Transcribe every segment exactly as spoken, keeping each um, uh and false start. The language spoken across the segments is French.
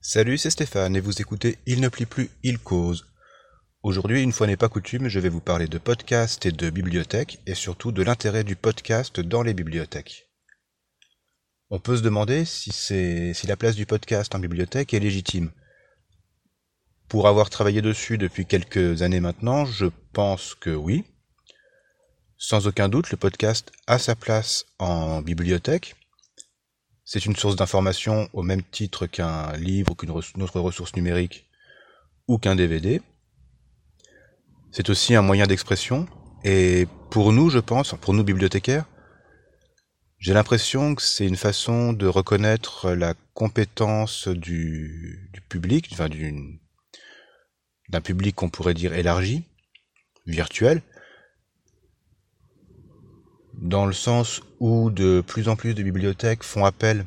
Salut, c'est Stéphane et vous écoutez Il ne plie plus, il cause. Aujourd'hui, une fois n'est pas coutume, je vais vous parler de podcast et de bibliothèque et surtout de l'intérêt du podcast dans les bibliothèques. On peut se demander si, c'est, si la place du podcast en bibliothèque est légitime. Pour avoir travaillé dessus depuis quelques années maintenant, je pense que oui. Sans aucun doute, le podcast a sa place en bibliothèque. C'est une source d'information au même titre qu'un livre ou qu'une autre ressource numérique ou qu'un D V D. C'est aussi un moyen d'expression, et pour nous, je pense, pour nous bibliothécaires, j'ai l'impression que c'est une façon de reconnaître la compétence du, du public, enfin d'une, d'un public qu'on pourrait dire élargi, virtuel, dans le sens où de plus en plus de bibliothèques font appel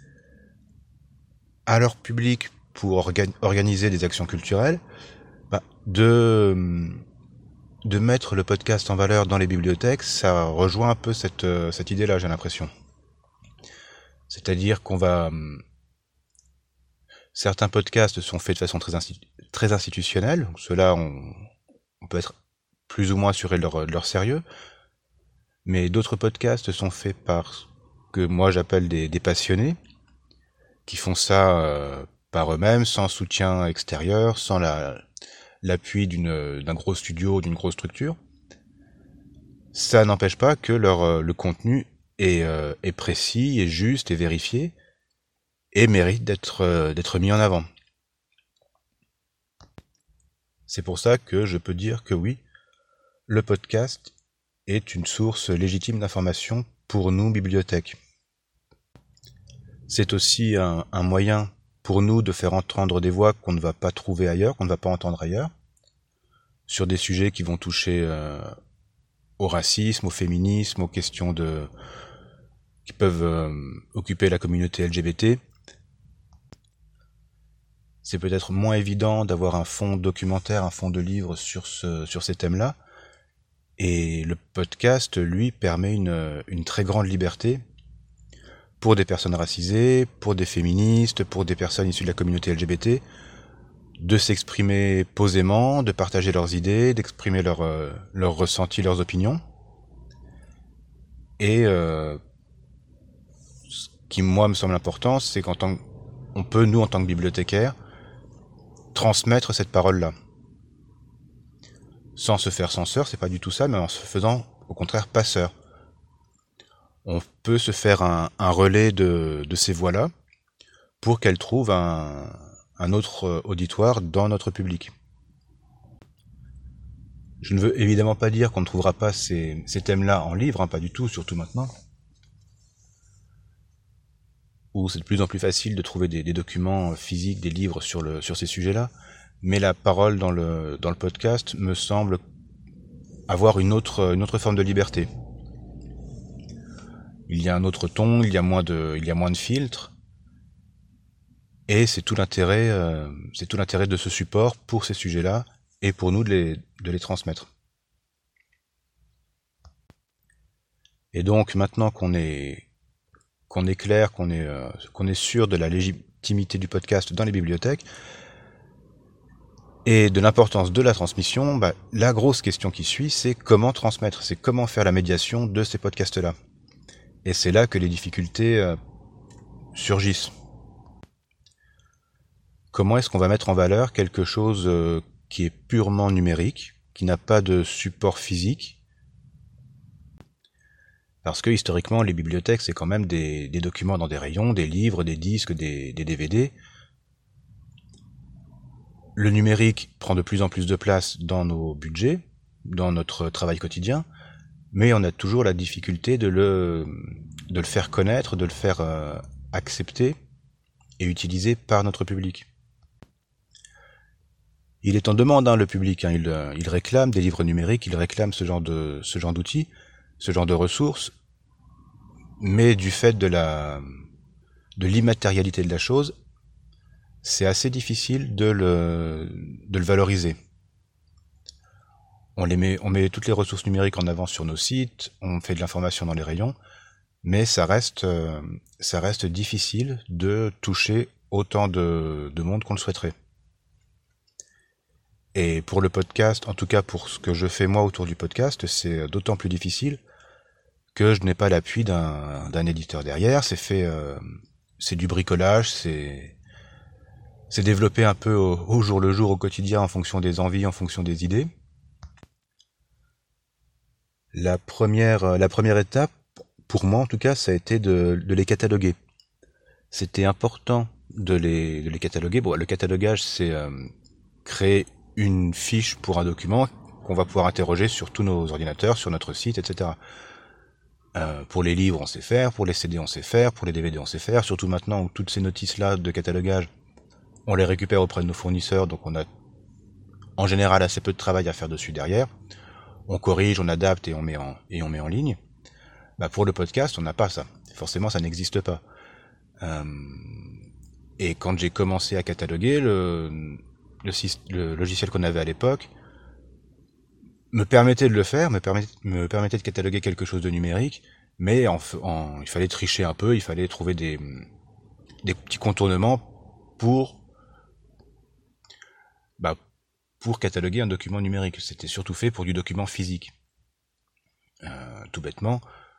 à leur public pour orga- organiser des actions culturelles, bah, de de mettre le podcast en valeur dans les bibliothèques, ça rejoint un peu cette, euh, cette idée-là, j'ai l'impression. C'est-à-dire qu'on va... hum, Certains podcasts sont faits de façon très, institu- très institutionnelle, donc ceux-là, on, on peut être plus ou moins assuré de leur, de leur sérieux, mais d'autres podcasts sont faits par ce que moi j'appelle des, des passionnés, qui font ça euh, par eux-mêmes, sans soutien extérieur, sans la, l'appui d'une, d'un gros studio, d'une grosse structure. Ça n'empêche pas que leur, euh, le contenu est, euh, est précis, est juste, est vérifié, et mérite d'être euh, d'être mis en avant. C'est pour ça que je peux dire que oui, le podcast est une source légitime d'information pour nous, bibliothèques. C'est aussi un, un moyen pour nous de faire entendre des voix qu'on ne va pas trouver ailleurs, qu'on ne va pas entendre ailleurs, sur des sujets qui vont toucher euh, au racisme, au féminisme, aux questions de qui peuvent euh, occuper la communauté L G B T. C'est peut-être moins évident d'avoir un fond documentaire, un fond de livre sur, ce, sur ces thèmes-là. Et le podcast, lui, permet une, une très grande liberté pour des personnes racisées, pour des féministes, pour des personnes issues de la communauté L G B T, de s'exprimer posément, de partager leurs idées, d'exprimer leurs euh, leurs ressentis, leurs opinions. Et euh, ce qui, moi, me semble important, c'est qu'en tant on peut, nous, en tant que bibliothécaires, transmettre cette parole-là. Sans se faire censeur, c'est pas du tout ça, mais en se faisant, au contraire, passeur. On peut se faire un, un relais de, de ces voix-là pour qu'elles trouvent un, un autre auditoire dans notre public. Je ne veux évidemment pas dire qu'on ne trouvera pas ces, ces thèmes-là en livre, hein, pas du tout, surtout maintenant, où c'est de plus en plus facile de trouver des, des documents physiques, des livres sur, le, sur ces sujets-là, mais la parole dans le, dans le podcast me semble avoir une autre, une autre forme de liberté. Il y a un autre ton, il y a moins de, il y a moins de filtres, et c'est tout l'intérêt, euh, c'est tout l'intérêt de ce support pour ces sujets-là, et pour nous de les, de les transmettre. Et donc maintenant qu'on est, qu'on est clair, qu'on est, euh, qu'on est sûr de la légitimité du podcast dans les bibliothèques, et de l'importance de la transmission, bah, la grosse question qui suit, c'est comment transmettre, c'est comment faire la médiation de ces podcasts-là. Et c'est là que les difficultés euh, surgissent. Comment est-ce qu'on va mettre en valeur quelque chose euh, qui est purement numérique, qui n'a pas de support physique? Parce que historiquement, les bibliothèques, c'est quand même des, des documents dans des rayons, des livres, des disques, des, des D V D. Le numérique prend de plus en plus de place dans nos budgets, dans notre travail quotidien, mais on a toujours la difficulté de le, de le faire connaître, de le faire euh, accepter et utiliser par notre public. Il est en demande, hein, le public, hein, il, euh, il réclame des livres numériques, il réclame ce genre de, ce genre d'outils, ce genre de ressources, mais du fait de la, de l'immatérialité de la chose, c'est assez difficile de le, de le valoriser. On, les met, on met toutes les ressources numériques en avant sur nos sites, on fait de l'information dans les rayons, mais ça reste, euh, ça reste difficile de toucher autant de, de monde qu'on le souhaiterait. Et pour le podcast, en tout cas pour ce que je fais moi autour du podcast, c'est d'autant plus difficile que je n'ai pas l'appui d'un, d'un éditeur derrière. C'est fait, euh, c'est du bricolage, c'est, c'est développé un peu au, au jour le jour, au quotidien, en fonction des envies, en fonction des idées. La première, la première étape, pour moi en tout cas, ça a été de, de les cataloguer. C'était important de les, de les cataloguer. Bon, le catalogage, c'est euh, créer une fiche pour un document qu'on va pouvoir interroger sur tous nos ordinateurs, sur notre site, et cetera. Euh, pour les livres, on sait faire, pour les C D, on sait faire, pour les D V D, on sait faire, surtout maintenant où toutes ces notices-là de catalogage, on les récupère auprès de nos fournisseurs, donc on a en général assez peu de travail à faire dessus derrière. On corrige, on adapte et on met en, et on met en ligne. Bah pour le podcast, on n'a pas ça. Forcément, ça n'existe pas. Euh, et quand j'ai commencé à cataloguer, le, le, le logiciel qu'on avait à l'époque me permettait de le faire, me permettait, me permettait de cataloguer quelque chose de numérique, mais en, en, il fallait tricher un peu, il fallait trouver des, des petits contournements pour, bah, pour cataloguer un document numérique. C'était surtout fait pour du document physique. Euh, tout bêtement,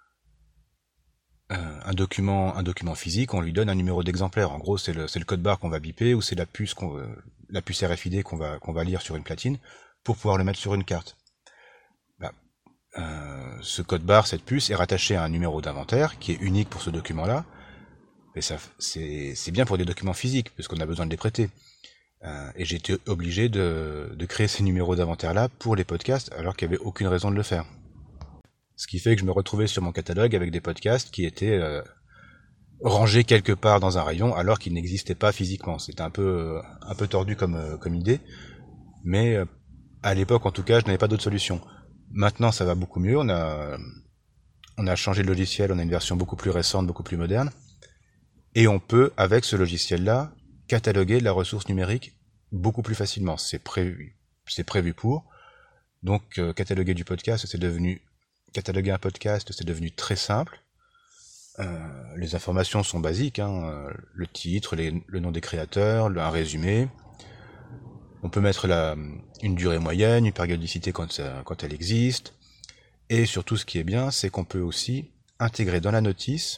euh, un document, un document physique, on lui donne un numéro d'exemplaire. En gros, c'est le, c'est le code barre qu'on va biper, ou c'est la puce qu'on, euh, la puce R F I D qu'on va, qu'on va lire sur une platine pour pouvoir le mettre sur une carte. Bah, euh, ce code barre, cette puce, est rattaché à un numéro d'inventaire qui est unique pour ce document-là. Et ça, c'est, c'est bien pour des documents physiques, parce qu'on a besoin de les prêter. Euh, et j'ai été obligé de, de créer ces numéros d'inventaire-là pour les podcasts, alors qu'il n'y avait aucune raison de le faire. Ce qui fait que je me retrouvais sur mon catalogue avec des podcasts qui étaient euh, rangés quelque part dans un rayon, alors qu'ils n'existaient pas physiquement. C'était un peu, un peu tordu comme, euh, comme idée, mais euh, à l'époque, en tout cas, je n'avais pas d'autre solution. Maintenant, ça va beaucoup mieux. On a, on a changé de logiciel, on a une version beaucoup plus récente, beaucoup plus moderne. Et on peut, avec ce logiciel-là, cataloguer de la ressource numérique beaucoup plus facilement. C'est prévu, c'est prévu pour. Donc, euh, cataloguer du podcast, c'est devenu, cataloguer un podcast, c'est devenu très simple. Euh, les informations sont basiques, hein, le titre, les, le nom des créateurs, le, un résumé. On peut mettre la, une durée moyenne, une périodicité quand, ça, quand elle existe. Et surtout, ce qui est bien, c'est qu'on peut aussi intégrer dans la notice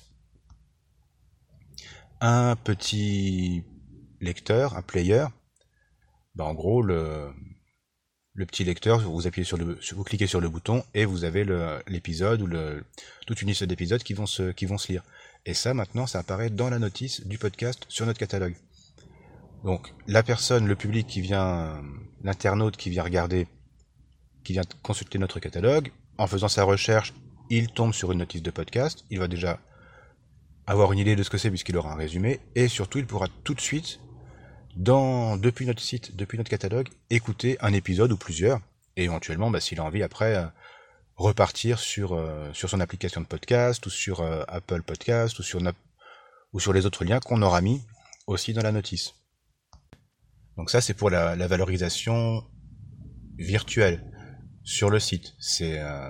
un petit lecteur, un player. Ben, en gros, le, le petit lecteur, vous appuyez sur le, vous cliquez sur le bouton et vous avez le, l'épisode ou le, toute une liste d'épisodes qui vont se, qui vont se lire. Et ça, maintenant, ça apparaît dans la notice du podcast sur notre catalogue. Donc, la personne, le public qui vient, l'internaute qui vient regarder, qui vient consulter notre catalogue, en faisant sa recherche, il tombe sur une notice de podcast, il va déjà avoir une idée de ce que c'est puisqu'il aura un résumé, et surtout il pourra tout de suite, dans, depuis notre site, depuis notre catalogue, écouter un épisode ou plusieurs, et éventuellement, bah, s'il a envie après, euh, repartir sur, euh, sur son application de podcast, ou sur euh, Apple Podcast, ou sur, ou sur les autres liens qu'on aura mis aussi dans la notice. Donc ça, c'est pour la, la valorisation virtuelle sur le site. C'est euh,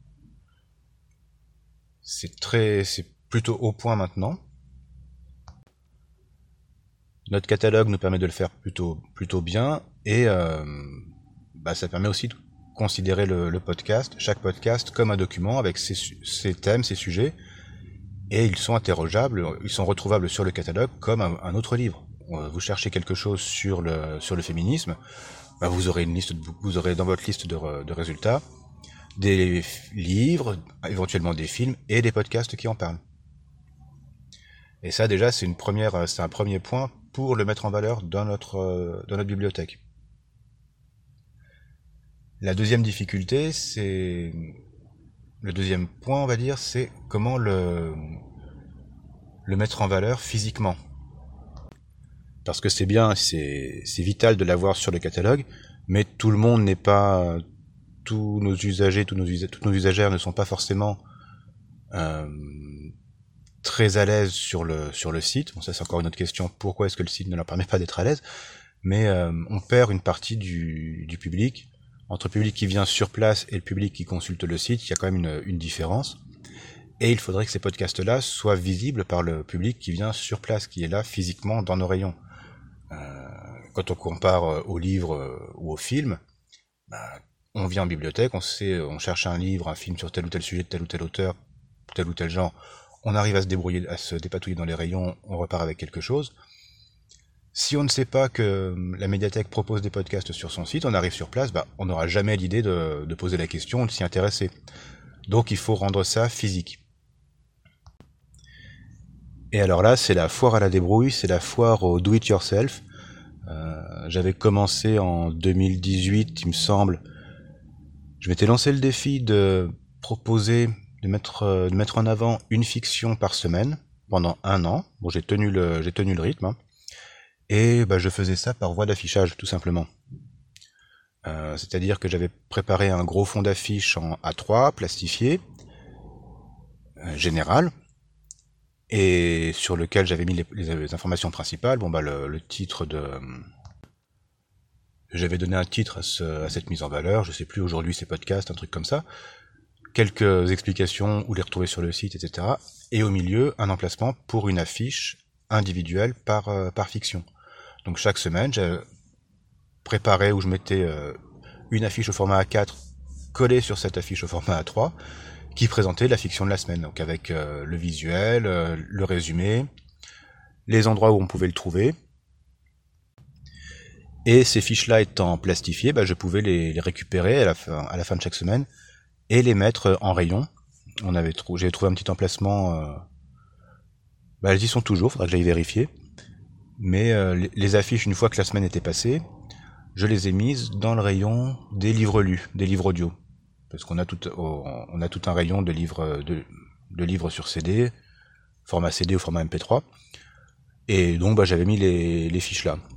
c'est très, c'est plutôt au point maintenant. Notre catalogue nous permet de le faire plutôt plutôt bien et euh, bah, ça permet aussi de considérer le, le podcast, chaque podcast comme un document avec ses, ses thèmes, ses sujets, et ils sont interrogeables, ils sont retrouvables sur le catalogue comme un, un autre livre. Vous cherchez quelque chose sur le sur le féminisme, bah vous aurez une liste, de, vous aurez dans votre liste de, de résultats des livres, éventuellement des films et des podcasts qui en parlent. Et ça déjà c'est une première, c'est un premier point pour le mettre en valeur dans notre dans notre bibliothèque. La deuxième difficulté, c'est le deuxième point, on va dire, c'est comment le le mettre en valeur physiquement. Parce que c'est bien, c'est c'est vital de l'avoir sur le catalogue, mais tout le monde n'est pas, tous nos usagers, tous nos usa, toutes nos usagères ne sont pas forcément euh, très à l'aise sur le sur le site. Bon, ça c'est encore une autre question. Pourquoi est-ce que le site ne leur permet pas d'être à l'aise? Mais euh, on perd une partie du, du public. Entre le public qui vient sur place et le public qui consulte le site, il y a quand même une, une différence. Et il faudrait que ces podcasts-là soient visibles par le public qui vient sur place, qui est là physiquement dans nos rayons. Euh, quand on compare euh, aux livres euh, ou aux films, bah, on vient en bibliothèque, on sait, on cherche un livre, un film sur tel ou tel sujet, de tel ou tel auteur, tel ou tel genre, on arrive à se débrouiller, à se dépatouiller dans les rayons, on repart avec quelque chose. Si on ne sait pas que la médiathèque propose des podcasts sur son site, on arrive sur place, bah, on n'aura jamais l'idée de, de poser la question, de s'y intéresser. Donc il faut rendre ça physique. Et alors là, c'est la foire à la débrouille, c'est la foire au do-it-yourself. Euh, j'avais commencé en deux mille dix-huit, il me semble. Je m'étais lancé le défi de proposer, de mettre, de mettre en avant une fiction par semaine pendant un an. Bon, j'ai tenu le, j'ai tenu le rythme. Hein. Et bah, je faisais ça par voie d'affichage, tout simplement. Euh, c'est-à-dire que j'avais préparé un gros fond d'affiche en A trois, plastifié, euh, général, et sur lequel j'avais mis les, les, les informations principales. Bon bah le, le titre de, j'avais donné un titre à, ce, à cette mise en valeur. Je sais plus aujourd'hui c'est podcast, un truc comme ça. Quelques explications où les retrouver sur le site, et cetera. Et au milieu un emplacement pour une affiche individuelle par euh, par fiction. Donc chaque semaine j'ai préparé où je mettais euh, une affiche au format A quatre collée sur cette affiche au format A trois. Qui présentait la fiction de la semaine, donc avec euh, le visuel, euh, le résumé, les endroits où on pouvait le trouver. Et ces fiches-là étant plastifiées, bah, je pouvais les, les récupérer à la, fin, à la fin de chaque semaine et les mettre en rayon. On avait trou- J'avais trouvé un petit emplacement. Euh, bah, elles y sont toujours, faudra que j'aille vérifier. Mais euh, les, les affiches, une fois que la semaine était passée, je les ai mises dans le rayon des livres lus, des livres audio. Parce qu'on a tout, on a tout un rayon de livres, de, de livres sur C D, format C D ou format M P trois. Et donc, bah, j'avais mis les, les fiches là.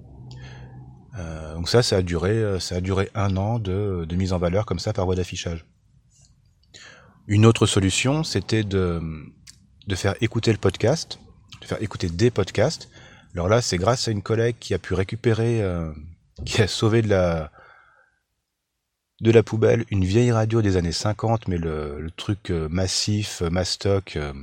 Euh, donc ça, ça a duré, ça a duré un an de, de mise en valeur comme ça par voie d'affichage. Une autre solution, c'était de, de faire écouter le podcast, de faire écouter des podcasts. Alors là, c'est grâce à une collègue qui a pu récupérer, euh, qui a sauvé de la, de la poubelle une vieille radio des années cinquante, mais le, le truc euh, massif, mastoc. Euh,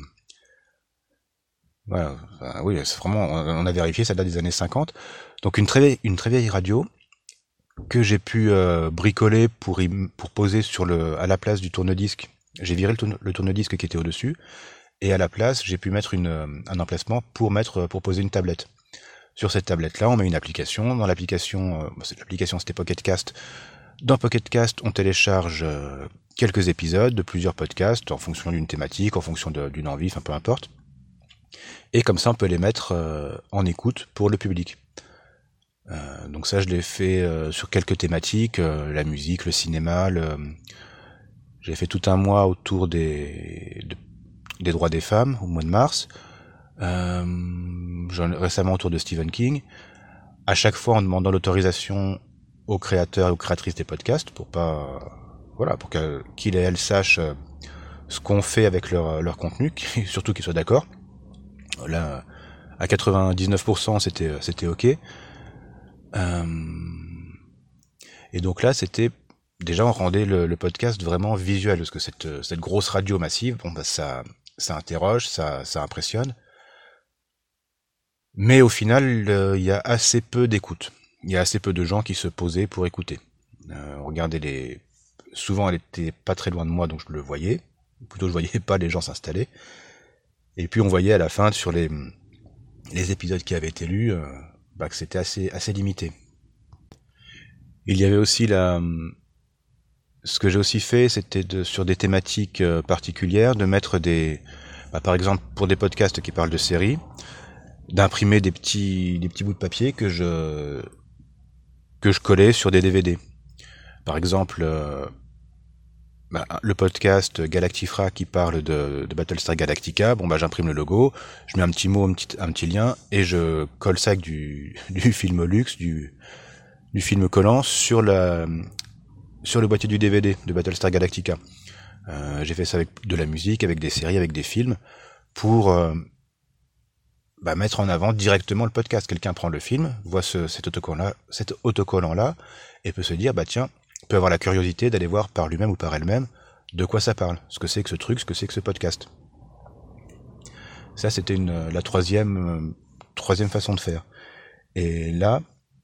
voilà, enfin, oui, c'est vraiment, on a vérifié, ça date des années cinquante. Donc une très, une très vieille radio que j'ai pu euh, bricoler pour, y, pour poser sur le, à la place du tourne-disque. J'ai viré le, tourne, le tourne-disque qui était au-dessus, et à la place, j'ai pu mettre une, un emplacement pour mettre, pour poser une tablette. Sur cette tablette-là, on met une application. Dans l'application, euh, l'application c'était Pocket Cast. Dans Pocket Cast, on télécharge euh, quelques épisodes de plusieurs podcasts en fonction d'une thématique, en fonction d'une envie, enfin peu importe. Et comme ça, on peut les mettre euh, en écoute pour le public. Euh, donc ça, je l'ai fait euh, sur quelques thématiques, euh, la musique, le cinéma. Le... J'ai fait tout un mois autour des, de, des droits des femmes, au mois de mars. Euh, récemment autour de Stephen King. À chaque fois en demandant l'autorisation aux créateurs et aux créatrices des podcasts pour pas, voilà, pour qu'ils et elles sachent ce qu'on fait avec leur, leur contenu, surtout qu'ils soient d'accord. Là, à quatre-vingt-dix-neuf pour cent, c'était, c'était ok. Euh, et donc là, c'était, déjà, on rendait le, le podcast vraiment visuel, parce que cette, cette grosse radio massive, bon, bah, ça, ça interroge, ça, ça impressionne. Mais au final, il euh, y a assez peu d'écoute. Il y a assez peu de gens qui se posaient pour écouter. Euh, regardez les... Souvent, elle était pas très loin de moi, donc je le voyais. Plutôt, je voyais pas les gens s'installer. Et puis, on voyait à la fin, sur les, les épisodes qui avaient été lus, euh, bah, que c'était assez, assez limité. Il y avait aussi la... Ce que j'ai aussi fait, c'était de, sur des thématiques euh, particulières, de mettre des... Bah, par exemple, pour des podcasts qui parlent de séries, d'imprimer des petits des petits bouts de papier que je que je collais sur des D V D. Par exemple, euh, bah, le podcast Galactifra qui parle de, de Battlestar Galactica, bon bah j'imprime le logo, je mets un petit mot, un petit, un petit lien, et je colle ça avec du, du film luxe, du, du film collant sur la sur le boîtier du D V D de Battlestar Galactica. Euh, j'ai fait ça avec de la musique, avec des séries, avec des films, pour euh, bah, mettre en avant directement le podcast. Quelqu'un prend le film, voit ce, cet autocollant-là, cet autocollant-là, et peut se dire, bah tiens, peut avoir la curiosité d'aller voir par lui-même ou par elle-même de quoi ça parle, ce que c'est que ce truc, ce que c'est que ce podcast. Ça, c'était une, la troisième, euh, troisième façon de faire. Et là,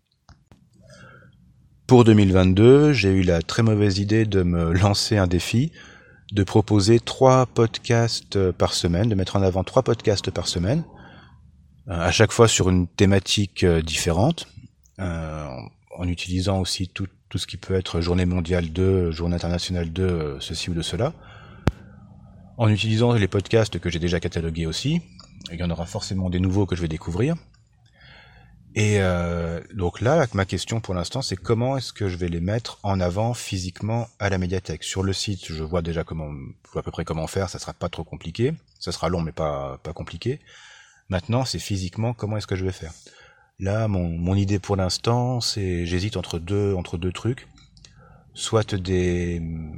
pour deux mille vingt-deux, j'ai eu la très mauvaise idée de me lancer un défi, de proposer trois podcasts par semaine, de mettre en avant trois podcasts par semaine, à chaque fois sur une thématique différente, euh, en utilisant aussi tout, tout ce qui peut être journée mondiale de, journée internationale de, ceci ou de cela, en utilisant les podcasts que j'ai déjà catalogués aussi. Il y en aura forcément des nouveaux que je vais découvrir. Et euh, donc là, ma question pour l'instant, c'est comment est-ce que je vais les mettre en avant physiquement à la médiathèque. Sur le site, je vois déjà comment, je vois à peu près comment faire, ça sera pas trop compliqué. Ça sera long, mais pas, pas compliqué. Maintenant, c'est physiquement comment est-ce que je vais faire. Là, mon, mon idée pour l'instant, c'est, j'hésite entre deux, entre deux trucs. Soit des,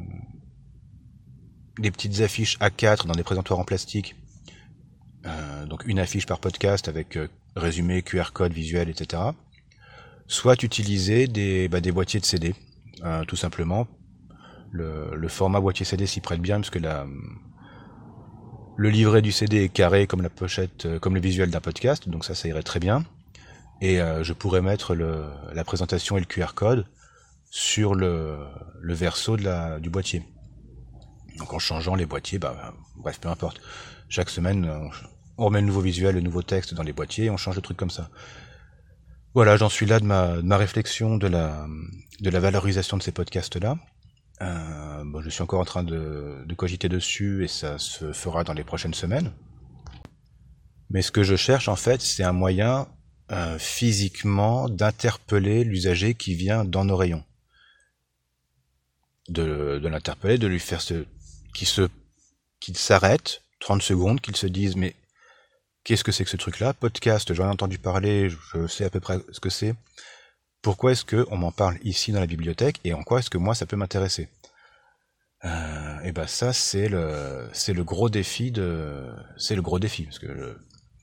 des petites affiches A quatre dans des présentoirs en plastique. Euh, donc une affiche par podcast avec euh, résumé, Q R code, visuel, et cetera. Soit utiliser des, bah, des boîtiers de C D, euh, tout simplement. Le, le format boîtier C D s'y prête bien parce que la, le livret du C D est carré comme la pochette, euh, comme le visuel d'un podcast, donc ça, ça irait très bien. Et euh, je pourrais mettre le, la présentation et le Q R code sur le, le verso de la, du boîtier. Donc en changeant les boîtiers, bah, bref, peu importe. Chaque semaine, on, on remet le nouveau visuel, le nouveau texte dans les boîtiers et on change le truc comme ça. Voilà, j'en suis là de ma, de ma réflexion de la, de la valorisation de ces podcasts-là. Euh, bon, je suis encore en train de, de cogiter dessus et ça se fera dans les prochaines semaines. Mais ce que je cherche en fait, c'est un moyen euh, physiquement d'interpeller l'usager qui vient dans nos rayons. De, de l'interpeller, de lui faire ce, qu'il se, qu'il s'arrête trente secondes, qu'il se dise mais qu'est-ce que c'est que ce truc-là? Podcast, j'en ai entendu parler, je sais à peu près ce que c'est. Pourquoi est-ce que on m'en parle ici dans la bibliothèque et en quoi est-ce que moi ça peut m'intéresser? euh, Et ben ça c'est le c'est le gros défi de c'est le gros défi parce que le...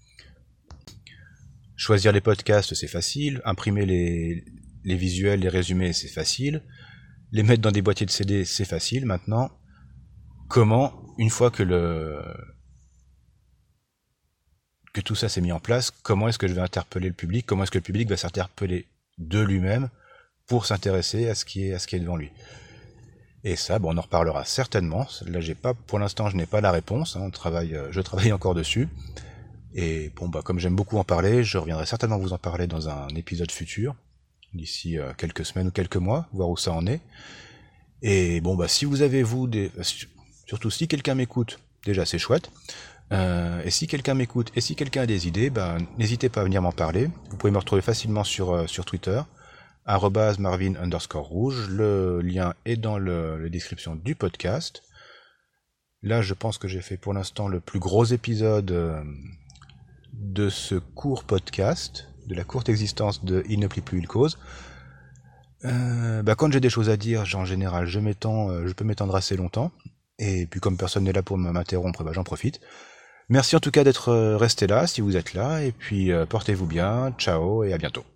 choisir les podcasts c'est facile, imprimer les les visuels, les résumés c'est facile, les mettre dans des boîtiers de C D c'est facile. Maintenant, comment une fois que le que tout ça s'est mis en place, comment est-ce que je vais interpeller le public? Comment est-ce que le public va s'interpeller de lui-même pour s'intéresser à ce qui est à ce qui est devant lui? Et ça, bon, on en reparlera certainement. Là, j'ai pas, pour l'instant, je n'ai pas la réponse. Hein, on travaille, je travaille encore dessus. Et bon, bah, comme j'aime beaucoup en parler, je reviendrai certainement vous en parler dans un épisode futur, d'ici euh, quelques semaines ou quelques mois, voir où ça en est. Et bon, bah, si vous avez vous des, surtout si quelqu'un m'écoute, déjà c'est chouette. Euh, et si quelqu'un m'écoute et si quelqu'un a des idées, ben, n'hésitez pas à venir m'en parler. Vous pouvez me retrouver facilement sur, euh, sur Twitter, arobase marvin underscore rouge. Le lien est dans le, la description du podcast. Là, je pense que j'ai fait pour l'instant le plus gros épisode euh, de ce court podcast, de la courte existence de Il ne plie plus, il cause. Euh, bah, quand j'ai des choses à dire, en général, je m'étends, euh, je peux m'étendre assez longtemps. Et puis comme personne n'est là pour m'interrompre, bah, j'en profite. Merci en tout cas d'être resté là, si vous êtes là, et puis euh, portez-vous bien, ciao et à bientôt.